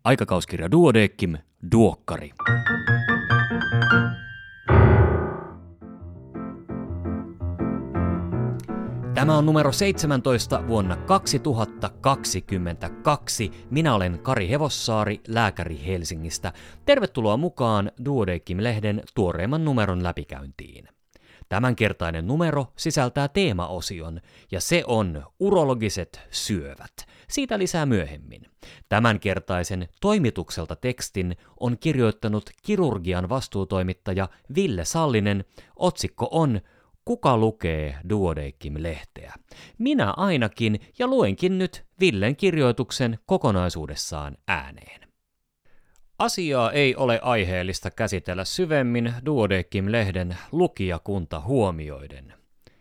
Aikakauskirja Duodeckim, Duokkari. Tämä on numero 17 vuonna 2022. Minä olen Kari Hevossaari, lääkäri Helsingistä. Tervetuloa mukaan Duodeckim-lehden tuoreimman numeron läpikäyntiin. Tämänkertainen numero sisältää teemaosion, ja se on urologiset syövät. Siitä lisää myöhemmin. Tämänkertaisen toimitukselta tekstin on kirjoittanut kirurgian vastuutoimittaja Ville Sallinen. Otsikko on Kuka lukee Duodeckim-lehteä? Minä ainakin, ja luenkin nyt Villen kirjoituksen kokonaisuudessaan ääneen. Asiaa ei ole aiheellista käsitellä syvemmin Duodeckim-lehden lukijakunta huomioiden.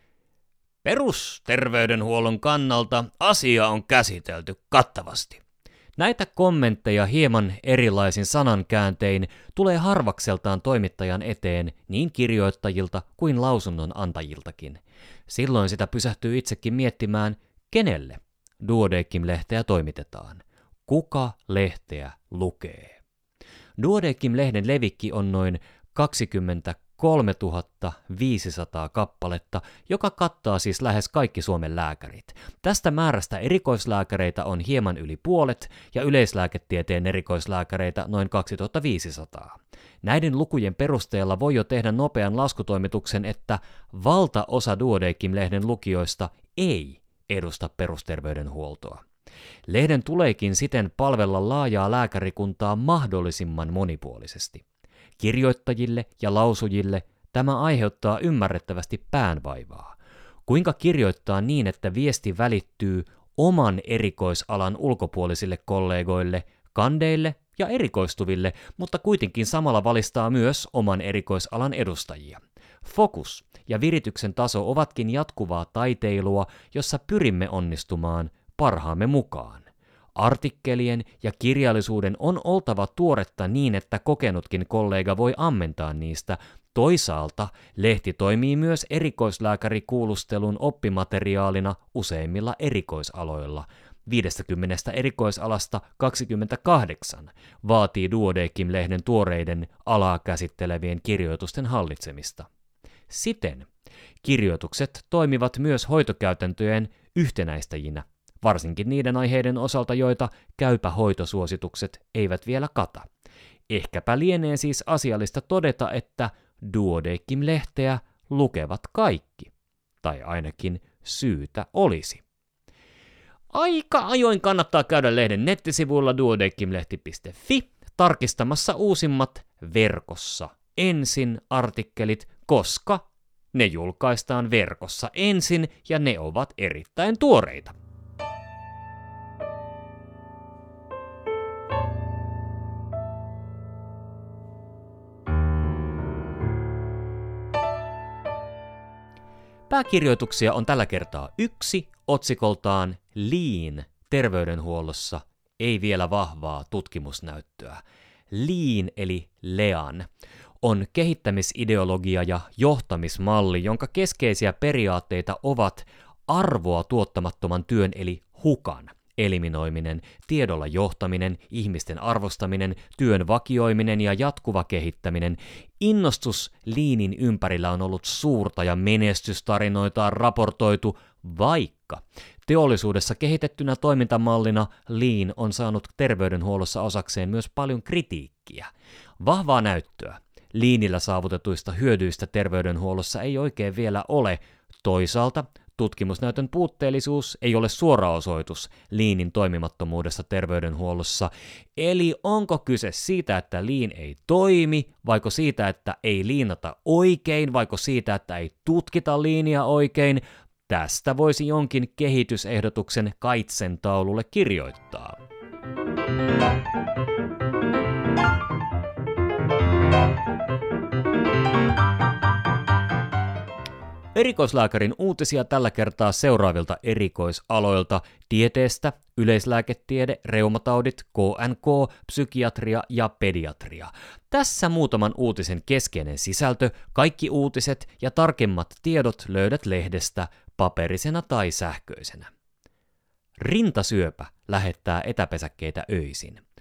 Perusterveydenhuollon kannalta asia on käsitelty kattavasti. Näitä kommentteja hieman erilaisin sanankääntein tulee harvakseltaan toimittajan eteen niin kirjoittajilta kuin lausunnon antajiltakin. Silloin sitä pysähtyy itsekin miettimään, kenelle Duodeckim-lehteä toimitetaan. Kuka lehteä lukee? Duodeckim-lehden levikki on noin 23 500 kappaletta, joka kattaa siis lähes kaikki Suomen lääkärit. Tästä määrästä erikoislääkäreitä on hieman yli puolet ja yleislääketieteen erikoislääkäreitä noin 2500. Näiden lukujen perusteella voi jo tehdä nopean laskutoimituksen, että valtaosa Duodeckim-lehden lukijoista ei edusta perusterveydenhuoltoa. Lehden tuleekin siten palvella laajaa lääkärikuntaa mahdollisimman monipuolisesti. Kirjoittajille ja lausujille tämä aiheuttaa ymmärrettävästi päänvaivaa. Kuinka kirjoittaa niin, että viesti välittyy oman erikoisalan ulkopuolisille kollegoille, kandeille ja erikoistuville, mutta kuitenkin samalla valistaa myös oman erikoisalan edustajia. Fokus ja virityksen taso ovatkin jatkuvaa taiteilua, jossa pyrimme onnistumaan parhaamme mukaan. Artikkelien ja kirjallisuuden on oltava tuoretta niin, että kokenutkin kollega voi ammentaa niistä. Toisaalta lehti toimii myös erikoislääkärikuulustelun oppimateriaalina useimmilla erikoisaloilla. 50 erikoisalasta 28 vaatii Duodeckim-lehden tuoreiden alaa käsittelevien kirjoitusten hallitsemista. Siten kirjoitukset toimivat myös hoitokäytäntöjen yhtenäistäjinä, varsinkin niiden aiheiden osalta, joita käypä hoitosuositukset eivät vielä kata. Ehkäpä lienee siis asiallista todeta, että Duodeckim-lehteä lukevat kaikki, tai ainakin syytä olisi. Aika ajoin kannattaa käydä lehden nettisivuilla duodeckimlehti.fi tarkistamassa uusimmat verkossa ensin artikkelit, koska ne julkaistaan verkossa ensin ja ne ovat erittäin tuoreita. Pääkirjoituksia on tällä kertaa yksi, otsikoltaan Lean terveydenhuollossa, ei vielä vahvaa tutkimusnäyttöä. Lean eli LEAN on kehittämisideologia ja johtamismalli, jonka keskeisiä periaatteita ovat arvoa tuottamattoman työn eli hukan eliminoiminen, tiedolla johtaminen, ihmisten arvostaminen, työn vakioiminen ja jatkuva kehittäminen. Innostus Leanin ympärillä on ollut suurta ja menestystarinoita on raportoitu, vaikka teollisuudessa kehitettynä toimintamallina Lean on saanut terveydenhuollossa osakseen myös paljon kritiikkiä. Vahvaa näyttöä Leanillä saavutetuista hyödyistä terveydenhuollossa ei oikein vielä ole. Toisaalta tutkimusnäytön puutteellisuus ei ole suora osoitus Leanin toimimattomuudesta terveydenhuollossa, eli onko kyse siitä, että Lean ei toimi, vaiko siitä, että ei liinata oikein, vaiko siitä, että ei tutkita Leania oikein? Tästä voisi jonkin kehitysehdotuksen kaitsen taululle kirjoittaa. Erikoislääkärin uutisia tällä kertaa seuraavilta erikoisaloilta: tieteestä, yleislääketiede, reumataudit, KNK, psykiatria ja pediatria. Tässä muutaman uutisen keskeinen sisältö, kaikki uutiset ja tarkemmat tiedot löydät lehdestä paperisena tai sähköisenä. Rintasyöpä lähettää etäpesäkkeitä öisin.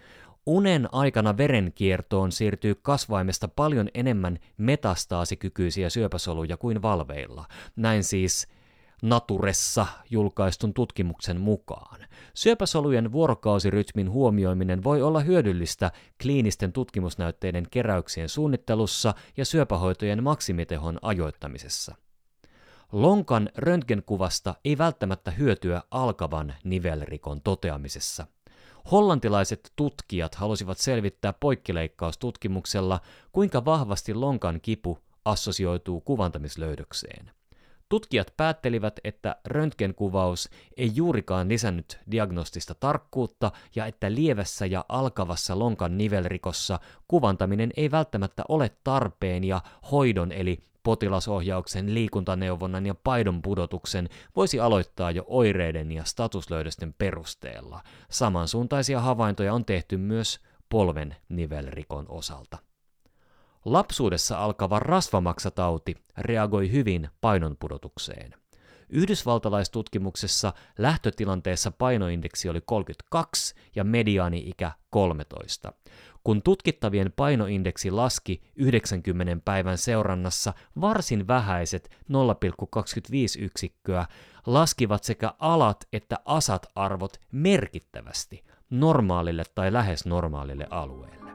Unen aikana verenkiertoon siirtyy kasvaimesta paljon enemmän metastaasikykyisiä syöpäsoluja kuin valveilla. Näin siis Naturessa julkaistun tutkimuksen mukaan. Syöpäsolujen vuorokausirytmin huomioiminen voi olla hyödyllistä kliinisten tutkimusnäytteiden keräyksien suunnittelussa ja syöpähoitojen maksimitehon ajoittamisessa. Lonkan röntgenkuvasta ei välttämättä hyötyä alkavan nivelrikon toteamisessa. Hollantilaiset tutkijat halusivat selvittää poikkileikkaustutkimuksella, kuinka vahvasti lonkan kipu assosioituu kuvantamislöydökseen. Tutkijat päättelivät, että röntgenkuvaus ei juurikaan lisännyt diagnostista tarkkuutta ja että lievässä ja alkavassa lonkan nivelrikossa kuvantaminen ei välttämättä ole tarpeen ja hoidon eli potilasohjauksen, liikuntaneuvonnan ja paidon pudotuksen voisi aloittaa jo oireiden ja statuslöydösten perusteella. Samansuuntaisia havaintoja on tehty myös polven nivelrikon osalta. Lapsuudessa alkava rasvamaksatauti reagoi hyvin painonpudotukseen. Yhdysvaltalaistutkimuksessa lähtötilanteessa painoindeksi oli 32 ja mediaani-ikä 13. Kun tutkittavien painoindeksi laski 90 päivän seurannassa varsin vähäiset 0,25 yksikköä, laskivat sekä alat että asat-arvot merkittävästi normaalille tai lähes normaalille alueelle.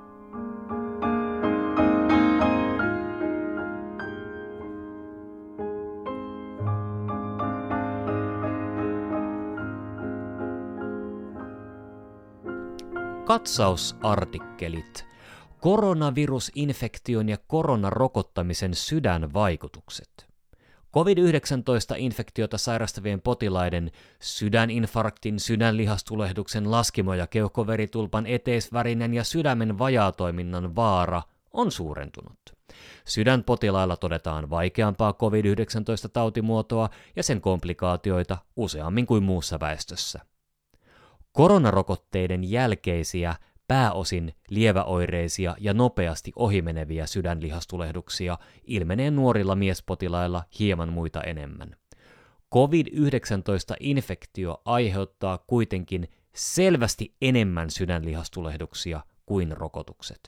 Katsausartikkelit. Koronavirusinfektion ja koronarokottamisen sydänvaikutukset. COVID-19-infektiota sairastavien potilaiden sydäninfarktin, sydänlihastulehduksen, laskimo- ja keuhkoveritulpan, eteisvärinen ja sydämen vajaatoiminnan vaara on suurentunut. Sydänpotilailla todetaan vaikeampaa COVID-19-tautimuotoa ja sen komplikaatioita useammin kuin muussa väestössä. Koronarokotteiden jälkeisiä, pääosin lieväoireisia ja nopeasti ohimeneviä sydänlihastulehduksia ilmenee nuorilla miespotilailla hieman muita enemmän. COVID-19-infektio aiheuttaa kuitenkin selvästi enemmän sydänlihastulehduksia kuin rokotukset.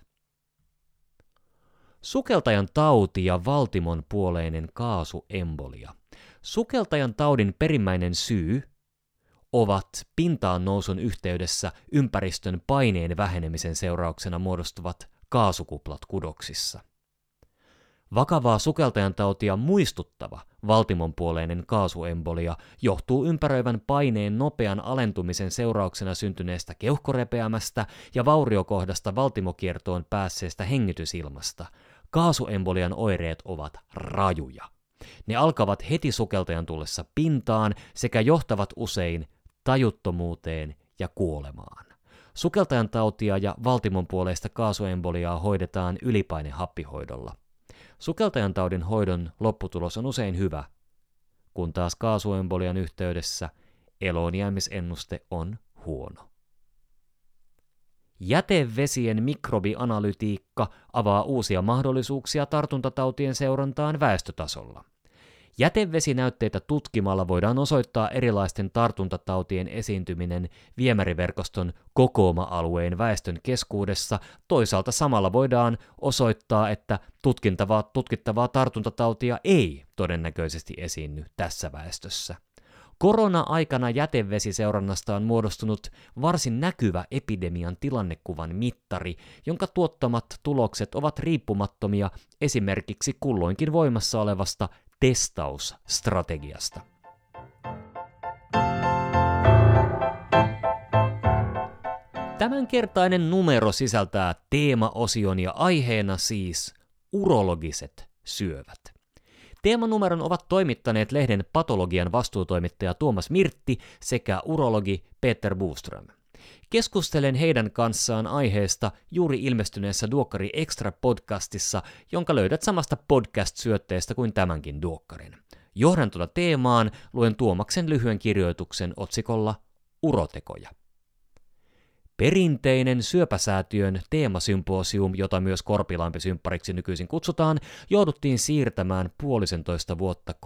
Sukeltajan tauti ja valtimon puoleinen kaasuembolia. Sukeltajan taudin perimmäinen syy ovat pintaan nousun yhteydessä ympäristön paineen vähenemisen seurauksena muodostuvat kaasukuplat kudoksissa. Vakavaa sukeltajan tautia muistuttava valtimonpuoleinen kaasuembolia johtuu ympäröivän paineen nopean alentumisen seurauksena syntyneestä keuhkorepeämästä ja vauriokohdasta valtimokiertoon päässeestä hengitysilmasta. Kaasuembolian oireet ovat rajuja. Ne alkavat heti sukeltajan tullessa pintaan sekä johtavat usein tajuttomuuteen ja kuolemaan. Sukeltajan tautia ja valtimonpuoleista kaasuemboliaa hoidetaan ylipainehappihoidolla. Sukeltajan taudin hoidon lopputulos on usein hyvä, kun taas kaasuembolian yhteydessä eloonjäämisennuste on huono. Jätevesien mikrobianalytiikka avaa uusia mahdollisuuksia tartuntatautien seurantaan väestötasolla. Jätevesinäytteitä tutkimalla voidaan osoittaa erilaisten tartuntatautien esiintyminen viemäriverkoston kokooma-alueen väestön keskuudessa. Toisaalta samalla voidaan osoittaa, että tutkittavaa tartuntatautia ei todennäköisesti esiinny tässä väestössä. Korona-aikana jätevesiseurannasta on muodostunut varsin näkyvä epidemian tilannekuvan mittari, jonka tuottamat tulokset ovat riippumattomia esimerkiksi kulloinkin voimassa olevasta testausstrategiasta. Tämänkertainen numero sisältää teemaosion ja aiheena siis urologiset syövät. Teemanumeron ovat toimittaneet lehden patologian vastuutoimittaja Tuomas Mirtti sekä urologi Peter Boström. Keskustelen heidän kanssaan aiheesta juuri ilmestyneessä Duokkari Extra-podcastissa, jonka löydät samasta podcast-syötteestä kuin tämänkin duokkarin. Johdantona teemaan luen Tuomaksen lyhyen kirjoituksen otsikolla Urotekoja. Perinteinen syöpäsäätiön teemasymposium, jota myös Korpilampi-symppariksi nykyisin kutsutaan, jouduttiin siirtämään 1,5 vuotta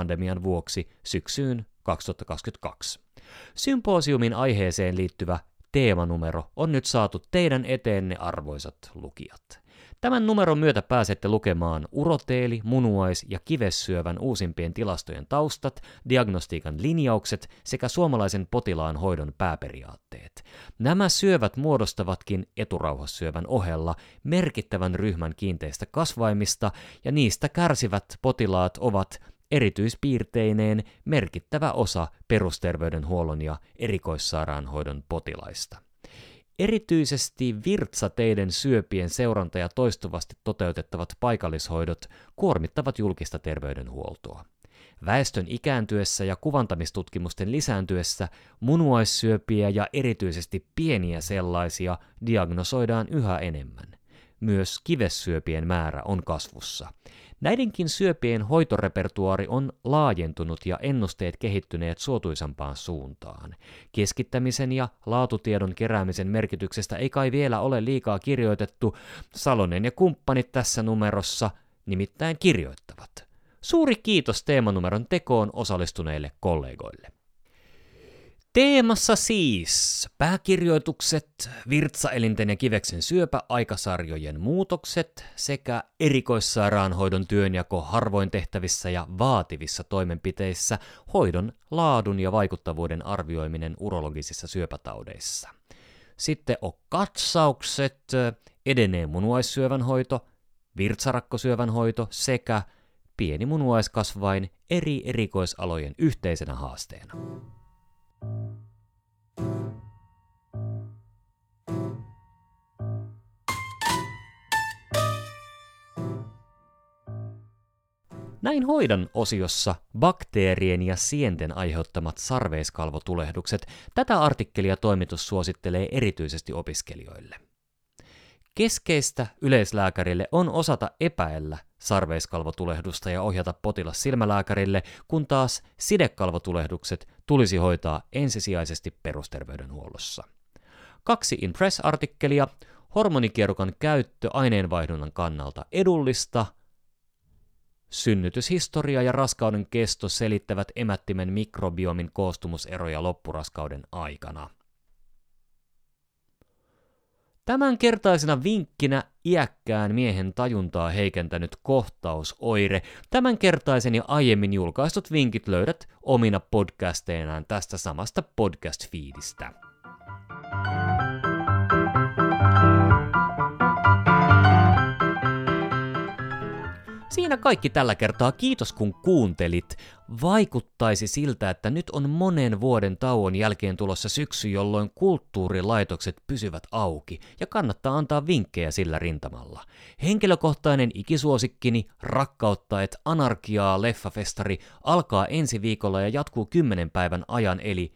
COVID-19-pandemian vuoksi syksyyn 2022. Symposiumin aiheeseen liittyvä teemanumero on nyt saatu teidän eteenne, arvoisat lukijat. Tämän numeron myötä pääsette lukemaan uroteeli-, munuais- ja kivessyövän uusimpien tilastojen taustat, diagnostiikan linjaukset sekä suomalaisen potilaan hoidon pääperiaatteet. Nämä syövät muodostavatkin eturauhassyövän ohella merkittävän ryhmän kiinteistä kasvaimista, ja niistä kärsivät potilaat ovat erityispiirteineen merkittävä osa perusterveydenhuollon ja erikoissairaanhoidon potilaista. Erityisesti virtsateiden syöpien seuranta ja toistuvasti toteutettavat paikallishoidot kuormittavat julkista terveydenhuoltoa. Väestön ikääntyessä ja kuvantamistutkimusten lisääntyessä munuaissyöpiä ja erityisesti pieniä sellaisia diagnosoidaan yhä enemmän. Myös kivessyöpien määrä on kasvussa. Näidenkin syöpien hoitorepertuaari on laajentunut ja ennusteet kehittyneet suotuisampaan suuntaan. Keskittämisen ja laatutiedon keräämisen merkityksestä ei kai vielä ole liikaa kirjoitettu. Salonen ja kumppanit tässä numerossa nimittäin kirjoittavat. Suuri kiitos teemanumeron tekoon osallistuneille kollegoille. Teemassa siis pääkirjoitukset, virtsaelinten ja kiveksen syöpäaikasarjojen muutokset sekä erikoissairaanhoidon työnjako harvoin tehtävissä ja vaativissa toimenpiteissä, hoidon laadun ja vaikuttavuuden arvioiminen urologisissa syöpätaudeissa. Sitten on katsaukset, edeneen munuaissyövän hoito, virtsarakkosyövän hoito sekä pieni munuaiskasvain eri erikoisalojen yhteisenä haasteena. Näin hoidan osiossa bakteerien ja sienten aiheuttamat sarveiskalvotulehdukset. Tätä artikkelia toimitus suosittelee erityisesti opiskelijoille. Keskeistä yleislääkärille on osata epäillä sarveiskalvotulehdusta ja ohjata potilas silmälääkärille, kun taas sidekalvotulehdukset tulisi hoitaa ensisijaisesti perusterveydenhuollossa. 2 InPress-artikkelia, hormonikierukan käyttö aineenvaihdunnan kannalta edullista, synnytyshistoria ja raskauden kesto selittävät emättimen mikrobiomin koostumuseroja loppuraskauden aikana. Tämänkertaisena vinkkinä iäkkään miehen tajuntaa heikentänyt kohtausoire. Tämänkertaisen ja aiemmin julkaistut vinkit löydät omina podcasteinaan tästä samasta podcast-feedistä. Siinä kaikki tällä kertaa. Kiitos kun kuuntelit. Vaikuttaisi siltä, että nyt on monen vuoden tauon jälkeen tulossa syksy, jolloin kulttuurilaitokset pysyvät auki ja kannattaa antaa vinkkejä sillä rintamalla. Henkilökohtainen ikisuosikkini Rakkautta et anarkiaa leffafestari alkaa ensi viikolla ja jatkuu 10 päivän ajan eli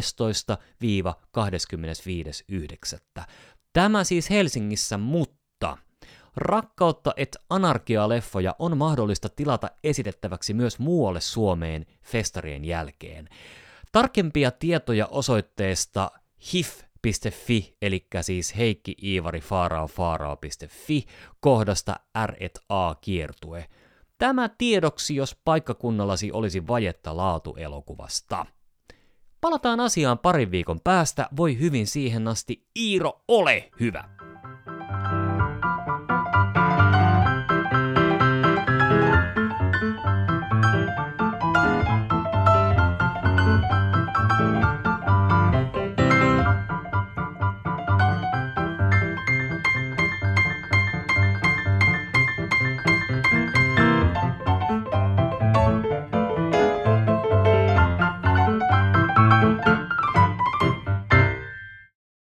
15-25.9. Tämä siis Helsingissä, mutta Rakkautta et anarkiaa-leffoja on mahdollista tilata esitettäväksi myös muualle Suomeen festarien jälkeen. Tarkempia tietoja osoitteesta hif.fi, eli siis Heikki Iivari Faarao.fi, kohdasta R&A-kiertue. Tämä tiedoksi, jos paikkakunnallasi olisi vajetta laatuelokuvasta. Palataan asiaan parin viikon päästä, voi hyvin siihen asti. Iiro, ole hyvä!